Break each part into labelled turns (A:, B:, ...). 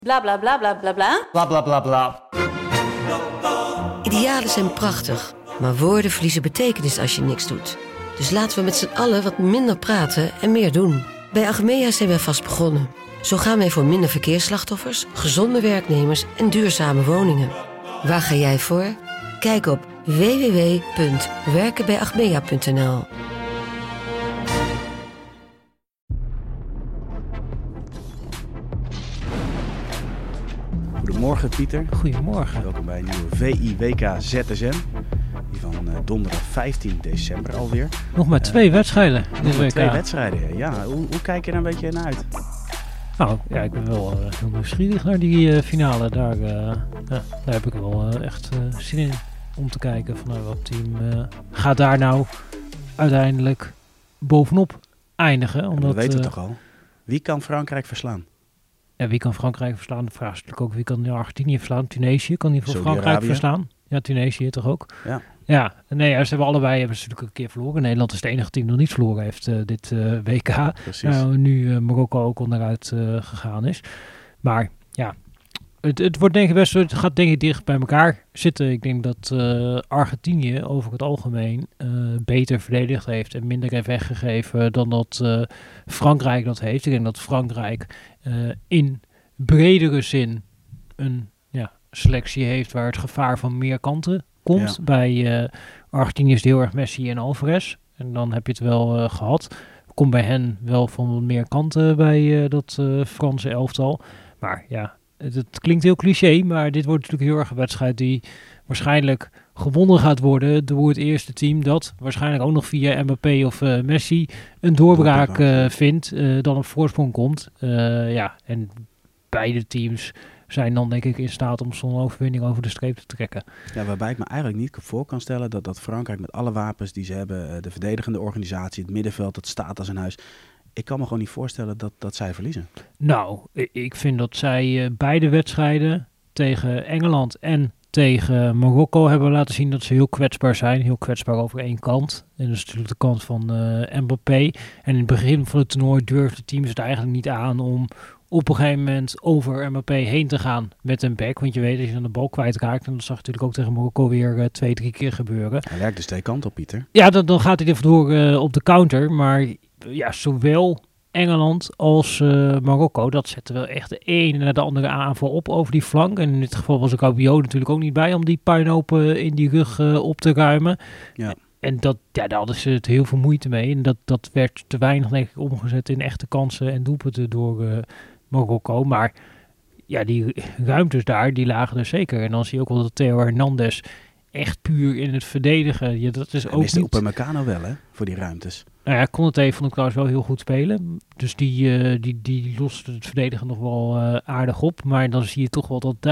A: Bla bla bla bla bla bla.
B: Bla bla bla bla.
C: Idealen zijn prachtig, maar woorden verliezen betekenis als je niks doet. Dus laten we met z'n allen wat minder praten en meer doen. Bij Achmea zijn wij vast begonnen. Zo gaan wij voor minder verkeersslachtoffers, gezonde werknemers en duurzame woningen. Waar ga jij voor? Kijk op www.werkenbijachmea.nl.
D: Goedemorgen Pieter.
E: Goedemorgen.
D: Welkom bij een nieuwe VIWK ZSM. Die van donderdag 15 december alweer.
E: Nog maar 2 wedstrijden in de WK.
D: 2 wedstrijden, ja. Hoe kijk je er een beetje naar uit?
E: Nou, ja, ik ben wel heel nieuwsgierig naar die finale. Daar heb ik wel echt zin in om te kijken van wat team gaat daar nou uiteindelijk bovenop eindigen. Omdat,
D: dat weten we toch al. Wie kan Frankrijk verslaan?
E: Ja, wie kan Frankrijk verslaan? De vraag is natuurlijk ook wie kan Argentinië verslaan. Tunesië kan die voor Frankrijk verslaan. Ja, Tunesië toch ook. Ja, nee, ze hebben natuurlijk een keer verloren. Nederland is het enige team dat niet verloren heeft dit WK.
D: Precies.
E: Nu Marokko ook onderuit gegaan is. Maar ja, het wordt denk ik best, het gaat denk ik dicht bij elkaar zitten. Ik denk dat Argentinië over het algemeen beter verdedigd heeft en minder heeft weggegeven dan dat Frankrijk dat heeft. Ik denk dat Frankrijk in bredere zin een selectie heeft waar het gevaar van meer kanten komt. Ja. Bij Argentinië is het heel erg Messi en Alvarez. En dan heb je het wel gehad. Komt bij hen wel van wat meer kanten bij dat Franse elftal. Maar ja, het klinkt heel cliché, maar dit wordt natuurlijk heel erg een wedstrijd die waarschijnlijk gewonnen gaat worden door het eerste team dat waarschijnlijk ook nog via Mbappé of Messi een doorbraak vindt, dan op voorsprong komt. En beide teams zijn dan denk ik in staat om zo'n overwinning over de streep te trekken. Ja,
D: waarbij ik me eigenlijk niet voor kan stellen dat Frankrijk met alle wapens die ze hebben, de verdedigende organisatie, het middenveld, het staat als een huis. Ik kan me gewoon niet voorstellen dat zij verliezen.
E: Nou, ik vind dat zij beide wedstrijden tegen Engeland en tegen Marokko hebben laten zien dat ze heel kwetsbaar zijn. Heel kwetsbaar over één kant. En dat is natuurlijk de kant van Mbappé. En in het begin van het toernooi durfde teams het eigenlijk niet aan om op een gegeven moment over Mbappé heen te gaan met een back. Want je weet dat je dan de bal kwijtraakt. En dat zag natuurlijk ook tegen Marokko weer 2-3 keer gebeuren.
D: Hij werkt dus 2 kanten op, Pieter.
E: Ja, dan gaat hij er vandoor op de counter. Maar ja, zowel Engeland als Marokko, dat zetten wel echt de ene naar de andere aanval op over die flank. En in dit geval was ik Rabiot natuurlijk ook niet bij om die puinhopen in die rug op te ruimen. Ja. En daar hadden ze het heel veel moeite mee. En dat werd te weinig denk ik omgezet in echte kansen en doelpunten door Marokko. Maar ja, die ruimtes daar, die lagen er zeker. En dan zie je ook wel dat Theo Hernandez echt puur in het verdedigen. Ja, dat is ook niet.
D: Upamecano wel, hè, voor die ruimtes.
E: Nou ja, Konaté vond ik trouwens wel heel goed spelen. Dus die loste het verdedigen nog wel aardig op. Maar dan zie je toch wel dat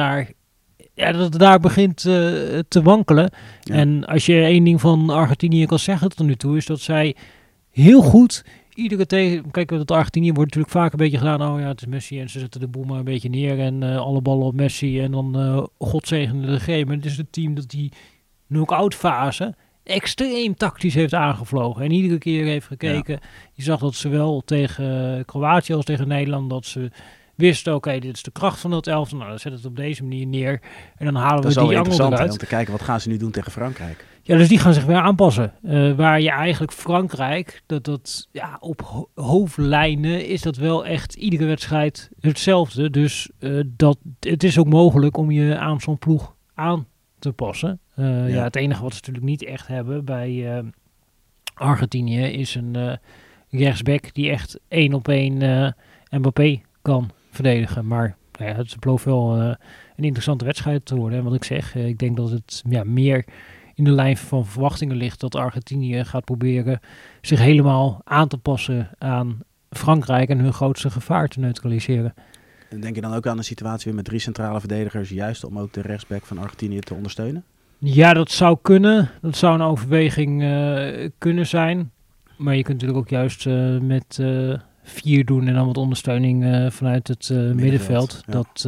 E: het daar begint te wankelen. Ja. En als je één ding van Argentinië kan zeggen tot nu toe, is dat zij heel goed kijk, dat Argentinië wordt natuurlijk vaak een beetje gedaan. Oh ja, het is Messi en ze zetten de boel maar een beetje neer en alle ballen op Messi en dan God zegende de G. Maar het is het team dat die knock-out fase extreem tactisch heeft aangevlogen. En iedere keer heeft gekeken. Ja. Je zag dat zowel tegen Kroatië als tegen Nederland dat ze wisten, oké, dit is de kracht van dat elftal. Nou, dan zet het op deze manier neer. En dan halen we die angel eruit.
D: Om te kijken, wat gaan ze nu doen tegen Frankrijk?
E: Ja, dus die gaan zich weer aanpassen. Waar je eigenlijk Frankrijk, dat op hoofdlijnen is dat wel echt iedere wedstrijd hetzelfde. Dus het is ook mogelijk om je aan zo'n ploeg aan te passen. Het enige wat ze natuurlijk niet echt hebben bij Argentinië is een rechtsback die echt 1-op-1 Mbappé kan verdedigen. Maar het belooft wel een interessante wedstrijd te worden. En wat ik zeg, ik denk dat het meer in de lijn van verwachtingen ligt dat Argentinië gaat proberen zich helemaal aan te passen aan Frankrijk en hun grootste gevaar te neutraliseren.
D: En denk je dan ook aan een situatie weer met 3 centrale verdedigers, juist om ook de rechtsback van Argentinië te ondersteunen?
E: Ja, dat zou kunnen. Dat zou een overweging kunnen zijn. Maar je kunt natuurlijk ook juist met 4 doen en dan wat ondersteuning vanuit het middenveld.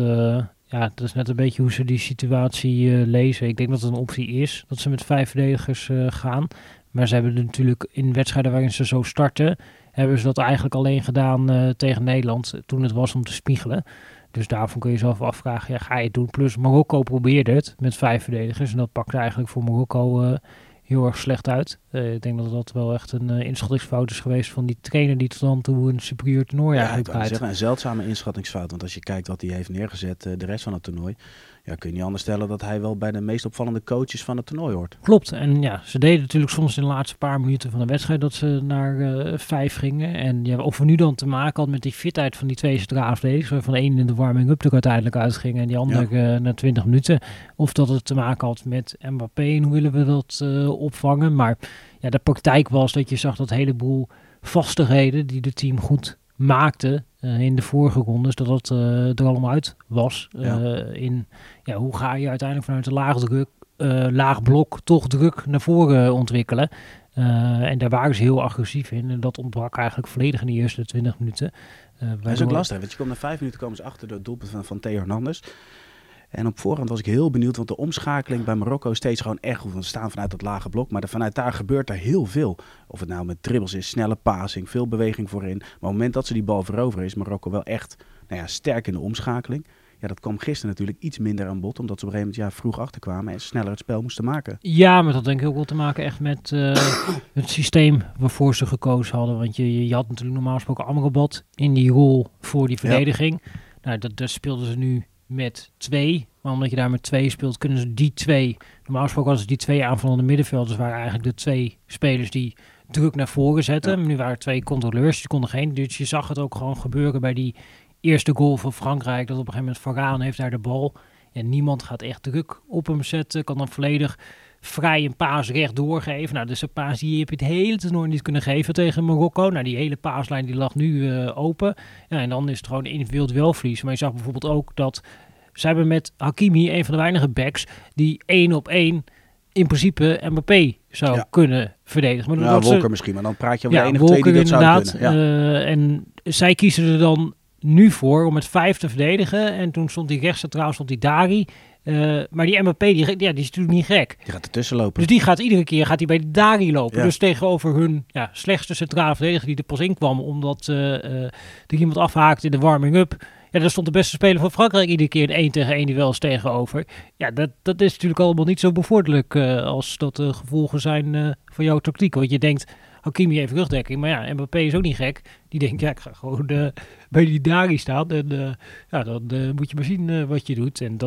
E: Ja. Dat is net een beetje hoe ze die situatie lezen. Ik denk dat het een optie is dat ze met 5 verdedigers gaan. Maar ze hebben natuurlijk in wedstrijden waarin ze zo starten, hebben ze dat eigenlijk alleen gedaan tegen Nederland toen het was om te spiegelen. dus daarvan kun je jezelf afvragen, ga je het doen? Plus Marokko probeerde het met 5 verdedigers en dat pakte eigenlijk voor Marokko heel erg slecht uit. Ik denk dat dat wel echt een inschattingsfout is geweest van die trainer die tot dan toe een superieur toernooi eigenlijk draait.
D: Een zeldzame inschattingsfout, want als je kijkt wat hij heeft neergezet de rest van het toernooi, kun je niet anders stellen dat hij wel bij de meest opvallende coaches van het toernooi hoort.
E: Klopt, en ze deden natuurlijk soms in de laatste paar minuten van de wedstrijd dat ze naar 5 gingen. En of we nu dan te maken hadden met die fitheid van die 2 centrale verdedigers, waarvan de een in de warming-up er uiteindelijk uitging en die andere na 20 minuten. Of dat het te maken had met Mbappé en hoe willen we dat opvangen. Maar de praktijk was dat je zag dat een heleboel vastigheden die de team goed maakte in de vorige rondes, dat het er allemaal uit was. Hoe ga je uiteindelijk vanuit de laag blok toch druk naar voren ontwikkelen. En daar waren ze heel agressief in. En dat ontbrak eigenlijk volledig in de eerste 20 minuten.
D: Dat is ook lastig, want je komt na 5 minuten komen ze achter het doelpunt van Theo Hernandez. En op voorhand was ik heel benieuwd, want de omschakeling bij Marokko is steeds gewoon echt goed. We staan vanuit dat lage blok, maar vanuit daar gebeurt er heel veel. Of het nou met dribbles is, snelle passing, veel beweging voorin. Maar op het moment dat ze die bal veroveren, is Marokko wel echt sterk in de omschakeling. Ja, dat kwam gisteren natuurlijk iets minder aan bod, omdat ze op een gegeven moment vroeg achterkwamen en sneller het spel moesten maken.
E: Ja, maar dat denk ik ook wel te maken echt met het systeem waarvoor ze gekozen hadden. Want je had natuurlijk normaal gesproken Amrabat in die rol voor die verdediging. Nou, dat speelden ze nu met 2. Maar omdat je daar met 2 speelt, kunnen ze die 2... Normaal gesproken hadden ze die 2 aanvallende middenvelders, waren eigenlijk de 2 spelers die druk naar voren zetten. Maar nu waren er 2 controleurs, die konden geen. Dus je zag het ook gewoon gebeuren bij die eerste goal van Frankrijk, dat op een gegeven moment Varane heeft daar de bal. En niemand gaat echt druk op hem zetten, kan dan volledig vrij een paas recht doorgeven. Nou, dus een paas die heb je het hele toernooi niet kunnen geven tegen Marokko. Nou, die hele paaslijn die lag nu open. Ja, en dan is het gewoon individueel duelverlies. Maar je zag bijvoorbeeld ook dat ze hebben met Hakimi, een van de weinige backs, die 1-op-1 in principe Mbappé zou kunnen verdedigen. Maar
D: Walker misschien, maar dan praat je over de ene of 2 die dat zou kunnen.
E: En zij kiezen er dan nu voor om met 5 te verdedigen. En toen stond die rechtscentraal, stond die Dari. Maar die Mbappé, die is natuurlijk niet gek.
D: Die gaat ertussen lopen.
E: Dus die gaat iedere keer bij de Dari lopen. Ja. Dus tegenover hun slechtste centrale verdediger die er pas in kwam, omdat er iemand afhaakte in de warming-up. Ja, daar stond de beste speler van Frankrijk iedere keer een 1-tegen-1 duels tegenover. Ja, dat is natuurlijk allemaal niet zo bevorderlijk als dat de gevolgen zijn van jouw tactiek. Want je denkt, Hakimi heeft rugdekking, maar ja, Mbappé is ook niet gek. Die denkt, ik ga gewoon bij die Dari staan en dan moet je maar zien wat je doet. En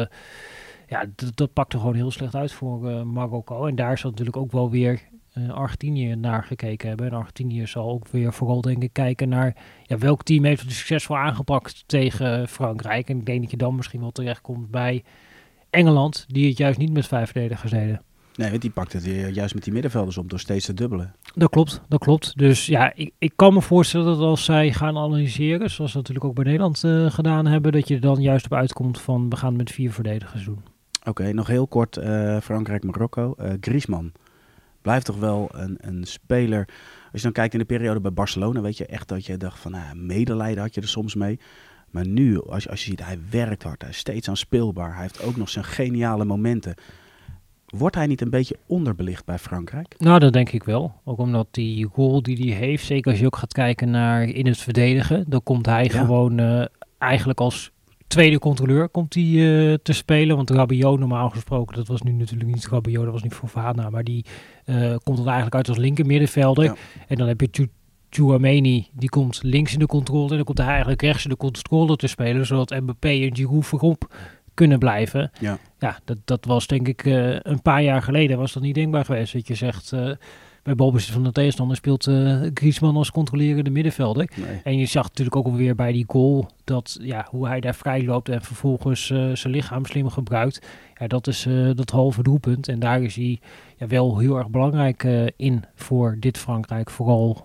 E: dat pakte gewoon heel slecht uit voor Marokko. En daar zal natuurlijk ook wel weer Argentinië naar gekeken hebben. En Argentinië zal ook weer vooral denk ik kijken naar welk team heeft het succesvol aangepakt tegen Frankrijk. En ik denk dat je dan misschien wel terechtkomt bij Engeland, die het juist niet met 5 verdedigers deden.
D: Nee, want die pakt het weer juist met die middenvelders op door steeds te dubbelen.
E: Dat klopt. Dus ik kan me voorstellen dat als zij gaan analyseren, zoals ze natuurlijk ook bij Nederland gedaan hebben, dat je er dan juist op uitkomt van we gaan met 4 verdedigers doen.
D: Oké, nog heel kort Frankrijk-Marokko. Griezmann blijft toch wel een speler. Als je dan kijkt in de periode bij Barcelona, weet je echt dat je dacht van medelijden had je er soms mee. Maar nu, als je ziet, hij werkt hard, hij is steeds aanspeelbaar. Hij heeft ook nog zijn geniale momenten. Wordt hij niet een beetje onderbelicht bij Frankrijk?
E: Nou, dat denk ik wel. Ook omdat die goal die hij heeft, zeker als je ook gaat kijken naar in het verdedigen, dan komt hij gewoon eigenlijk als tweede controleur komt hij te spelen. Want Rabiot normaal gesproken, dat was nu natuurlijk niet Rabiot, dat was niet Fofana, maar die komt er eigenlijk uit als linker middenvelder. Ja. En dan heb je Tchouaméni, die komt links in de controle en dan komt hij eigenlijk rechts in de controle te spelen, zodat Mbappé en Giroud voorop kunnen blijven. Ja, dat was denk ik een paar jaar geleden was dat niet denkbaar geweest. Dat je zegt, bij balbezit van de tegenstander speelt Griezmann als controlerende middenvelder. Nee. En je zag natuurlijk ook alweer bij die goal dat hoe hij daar vrij loopt en vervolgens zijn lichaam slim gebruikt. Ja, dat is dat halve doelpunt. En daar is hij wel heel erg belangrijk in voor dit Frankrijk. Vooral,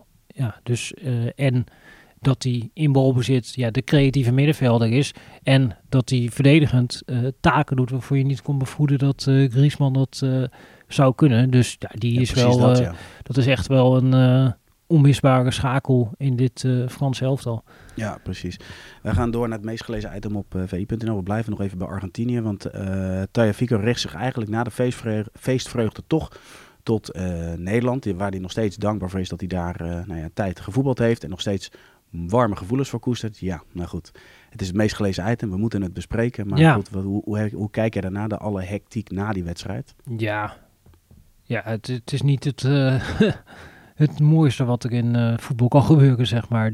E: en dat hij in balbezit de creatieve middenvelder is. En dat hij verdedigend taken doet waarvoor je niet kon bevroeden dat Griezmann dat zou kunnen. Dus die is wel. Dat is echt wel een onmisbare schakel in dit Franse elftal.
D: Ja, precies. We gaan door naar het meest gelezen item op vi.nl. We blijven nog even bij Argentinië. Want Tagliafico richt zich eigenlijk na de feestvreugde toch tot Nederland, waar hij nog steeds dankbaar voor is dat hij daar tijd gevoetbald heeft en nog steeds warme gevoelens voor koestert. Ja, nou goed. Het is het meest gelezen item. We moeten het bespreken. Maar goed, hoe kijk jij daarna, de alle hectiek na die wedstrijd?
E: Ja, het is niet het, het mooiste wat er in voetbal kan gebeuren, zeg maar.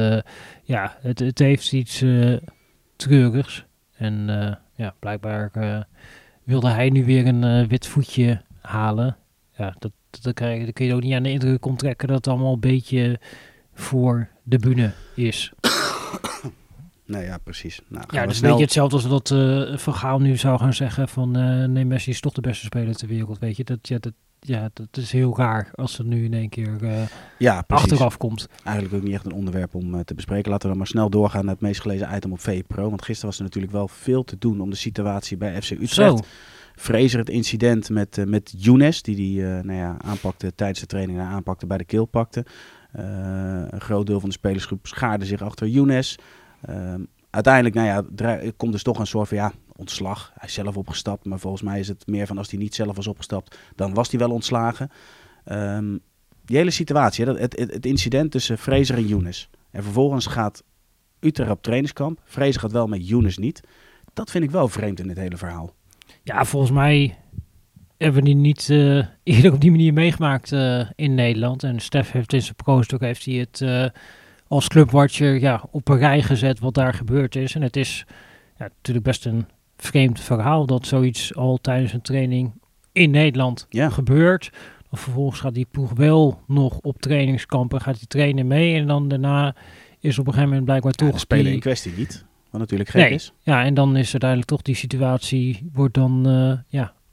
E: Het heeft iets treurigs. En blijkbaar wilde hij nu weer een wit voetje halen. Ja, dat kun je ook niet aan de indruk onttrekken dat het allemaal een beetje voor de bühne is.
D: Nee, ja, precies. Nou,
E: ja, dus een beetje hetzelfde als dat Van Gaal nu zou gaan zeggen van nee, Messi is toch de beste speler ter wereld, weet je. Dat is heel raar als het nu in één keer achteraf komt.
D: Eigenlijk ook niet echt een onderwerp om te bespreken. Laten we dan maar snel doorgaan naar het meest gelezen item op VPRO. Want gisteren was er natuurlijk wel veel te doen om de situatie bij FC Utrecht.
E: Zo.
D: Fraser, het incident met Younes, die aanpakte tijdens de training en aanpakte bij de keel pakte. Een groot deel van de spelersgroep schaarde zich achter Younes. Uiteindelijk komt dus toch een soort van ontslag. Hij is zelf opgestapt, maar volgens mij is het meer van als hij niet zelf was opgestapt, dan was hij wel ontslagen. Die hele situatie, het incident tussen Fraser en Younes. En vervolgens gaat Utrecht op trainingskamp. Fraser gaat wel, met Younes niet. Dat vind ik wel vreemd in dit hele verhaal.
E: Ja, volgens mij hebben we die niet eerder op die manier meegemaakt in Nederland. En Stef heeft in zijn post ook heeft hij het als clubwatcher op een rij gezet wat daar gebeurd is. En het is natuurlijk best een vreemd verhaal dat zoiets al tijdens een training in Nederland gebeurt. Of vervolgens gaat die ploeg wel nog op trainingskampen, gaat hij trainen mee. En dan daarna is op een gegeven moment blijkbaar toch...
D: de speler in kwestie niet, wat natuurlijk gek is.
E: Ja, en dan is uiteindelijk toch die situatie wordt dan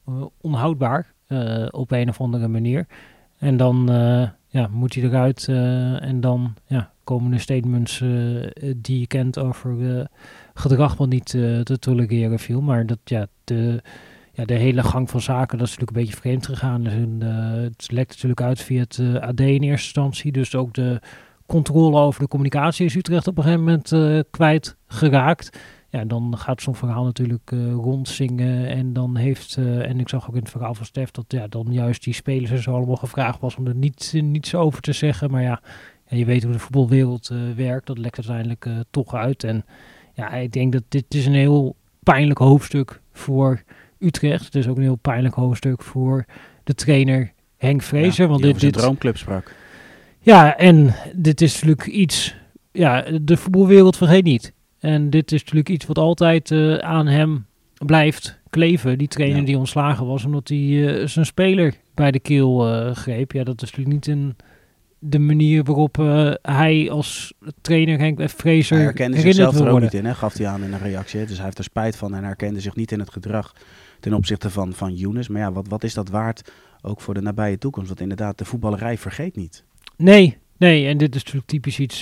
E: onhoudbaar op een of andere manier. En dan moet hij eruit en dan komen er statements die je kent over gedrag wat niet te tolereren viel. Maar dat de hele gang van zaken, dat is natuurlijk een beetje vreemd gegaan. Dus het lekt natuurlijk uit via het AD in eerste instantie. Dus ook de controle over de communicatie is Utrecht op een gegeven moment kwijt geraakt. Ja, dan gaat zo'n verhaal natuurlijk rondzingen. En dan heeft, en ik zag ook in het verhaal van Stef, dat dan juist die spelers en zo allemaal gevraagd was om er niets over te zeggen. Maar je weet hoe de voetbalwereld werkt. Dat lekt uiteindelijk toch uit. En ik denk dat dit is een heel pijnlijk hoofdstuk voor Utrecht. Het is ook een heel pijnlijk hoofdstuk voor de trainer Henk Fraser.
D: Ja, want dit een droomclub sprak.
E: Ja, en dit is natuurlijk iets... Ja, de voetbalwereld vergeet niet. En dit is natuurlijk iets wat altijd aan hem blijft kleven. Die trainer die ontslagen was omdat hij zijn speler bij de keel greep. Ja, dat is natuurlijk niet de manier waarop hij als trainer Henk Fraser
D: hij herkende zichzelf er ook niet in, gaf hij aan in een reactie. Dus hij heeft er spijt van en herkende zich niet in het gedrag ten opzichte van Younes. Maar wat is dat waard ook voor de nabije toekomst? Want inderdaad, de voetballerij vergeet niet.
E: Nee, en dit is natuurlijk typisch iets,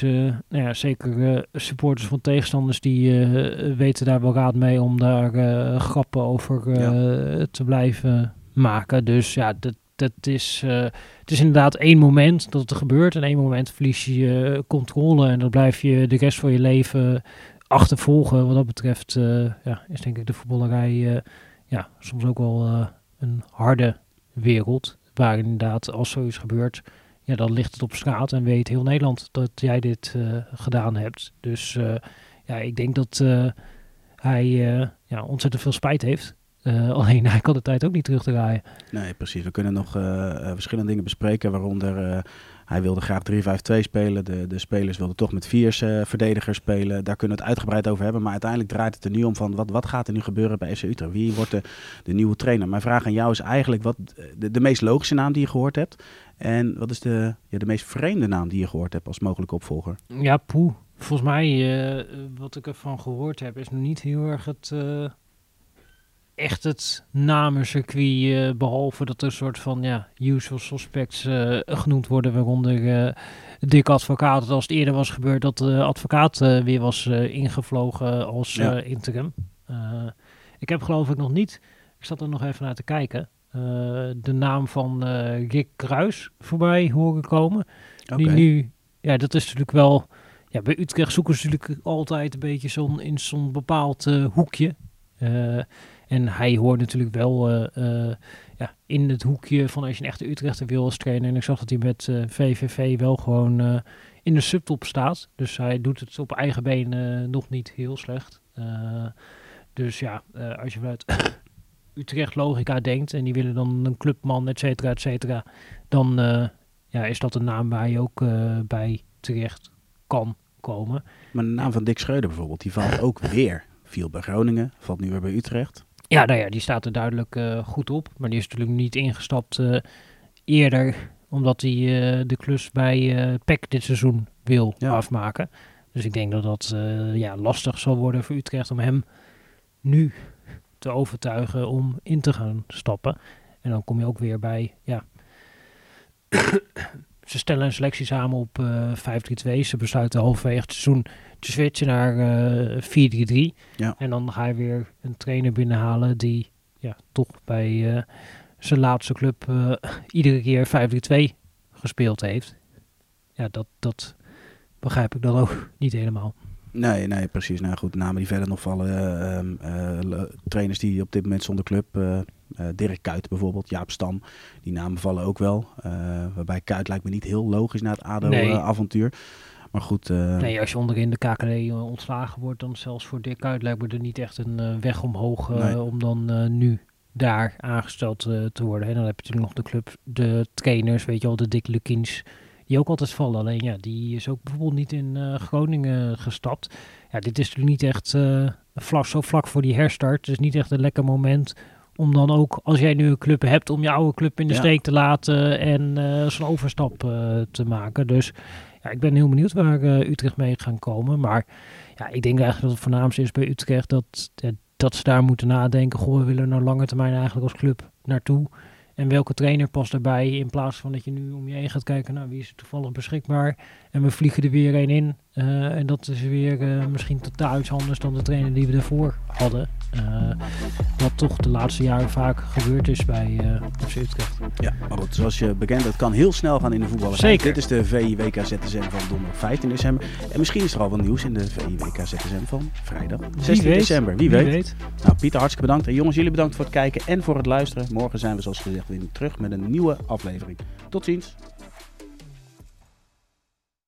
E: zeker supporters van tegenstanders die weten daar wel raad mee om daar grappen over te blijven maken. Dus het is inderdaad één moment dat het gebeurt en één moment verlies je controle en dan blijf je de rest van je leven achtervolgen. Wat dat betreft is denk ik de voetballerij soms ook wel een harde wereld, waar inderdaad als zoiets gebeurt, dan ligt het op straat en weet heel Nederland dat jij dit gedaan hebt. Dus ik denk dat hij ontzettend veel spijt heeft. Alleen hij kan de tijd ook niet terugdraaien.
D: Nee, precies. We kunnen nog verschillende dingen bespreken, waaronder hij wilde graag 3-5-2 spelen. De spelers wilden toch met 4 verdedigers spelen. Daar kunnen we het uitgebreid over hebben. Maar uiteindelijk draait het er nu om van wat gaat er nu gebeuren bij FC Utrecht? Wie wordt de nieuwe trainer? Mijn vraag aan jou is eigenlijk wat de meest logische naam die je gehoord hebt. En wat is de meest vreemde naam die je gehoord hebt als mogelijke opvolger?
E: Ja, volgens mij, wat ik ervan gehoord heb, is nog niet heel erg het namencircuit, behalve dat er een soort van usual suspects genoemd worden, waaronder Dick Advocaat, als het eerder was gebeurd dat de advocaat weer was ingevlogen als interim. Ik heb geloof ik nog niet, ik zat er nog even naar te kijken, de naam van Rick Kruis voorbij horen komen.
D: Okay.
E: Die nu, dat is natuurlijk wel, bij Utrecht zoeken ze natuurlijk altijd een beetje in zo'n bepaald hoekje. En hij hoort natuurlijk wel in het hoekje van als je een echte Utrechter wil als trainer. En ik zag dat hij met VVV wel gewoon in de subtop staat. Dus hij doet het op eigen benen nog niet heel slecht. Dus als je vanuit Utrecht logica denkt en die willen dan een clubman, et cetera, dan is dat een naam waar je ook bij terecht kan komen.
D: Maar de naam van Dick Schreuder bijvoorbeeld, die valt ook weer. Viel bij Groningen, valt nu weer bij Utrecht.
E: Ja, die staat er duidelijk goed op. Maar die is natuurlijk niet ingestapt eerder, omdat hij de klus bij PEC dit seizoen wil afmaken. Dus ik denk dat dat lastig zal worden voor Utrecht om hem nu te overtuigen om in te gaan stappen. En dan kom je ook weer bij, ze stellen een selectie samen op 5-3-2. Ze besluiten halverwege het seizoen te switchen naar 4-3-3.
D: Ja.
E: En dan ga je weer een trainer binnenhalen die toch bij zijn laatste club iedere keer 5-3-2 gespeeld heeft. Ja, dat begrijp ik dan ook niet helemaal.
D: Nee, precies. Nou goed, namen die verder nog vallen. Trainers die op dit moment zonder club. Dirk Kuyt bijvoorbeeld, Jaap Stam. Die namen vallen ook wel. Waarbij Kuyt lijkt me niet heel logisch na het ADO-avontuur. Maar goed.
E: Nee, als je onderin de KKD ontslagen wordt, dan zelfs voor Dirk Kuyt lijkt me er niet echt een weg omhoog om dan nu daar aangesteld te worden. En dan heb je natuurlijk nog de club, de trainers, weet je wel, de Dick Lukins, die ook altijd vallen. Alleen die is ook bijvoorbeeld niet in Groningen gestapt. Ja, dit is natuurlijk niet echt zo vlak voor die herstart. Het is niet echt een lekker moment om dan ook, als jij nu een club hebt, om je oude club in de steek te laten en zo'n overstap te maken. Dus ik ben heel benieuwd waar Utrecht mee gaan komen. Maar ik denk eigenlijk dat het voornaamste is bij Utrecht dat ze daar moeten nadenken. Goh, we willen nou lange termijn eigenlijk als club naartoe. En welke trainer past daarbij, in plaats van dat je nu om je heen gaat kijken, nou, wie is er toevallig beschikbaar? En we vliegen er weer een in. En dat is weer misschien totaal iets anders dan de trainer die we daarvoor hadden. Wat toch de laatste jaren vaak gebeurd is bij FC Utrecht.
D: Ja, maar goed, zoals je bekend, het kan heel snel gaan in de voetballen.
E: Zeker.
D: Dit is de VIWK ZSM van donderdag 15 december. En misschien is er al wat nieuws in de VIWK ZSM van vrijdag 16 december. Wie weet. Nou, Pieter, hartstikke bedankt. En jongens, jullie bedankt voor het kijken en voor het luisteren. Morgen zijn we zoals gezegd weer terug met een nieuwe aflevering. Tot ziens.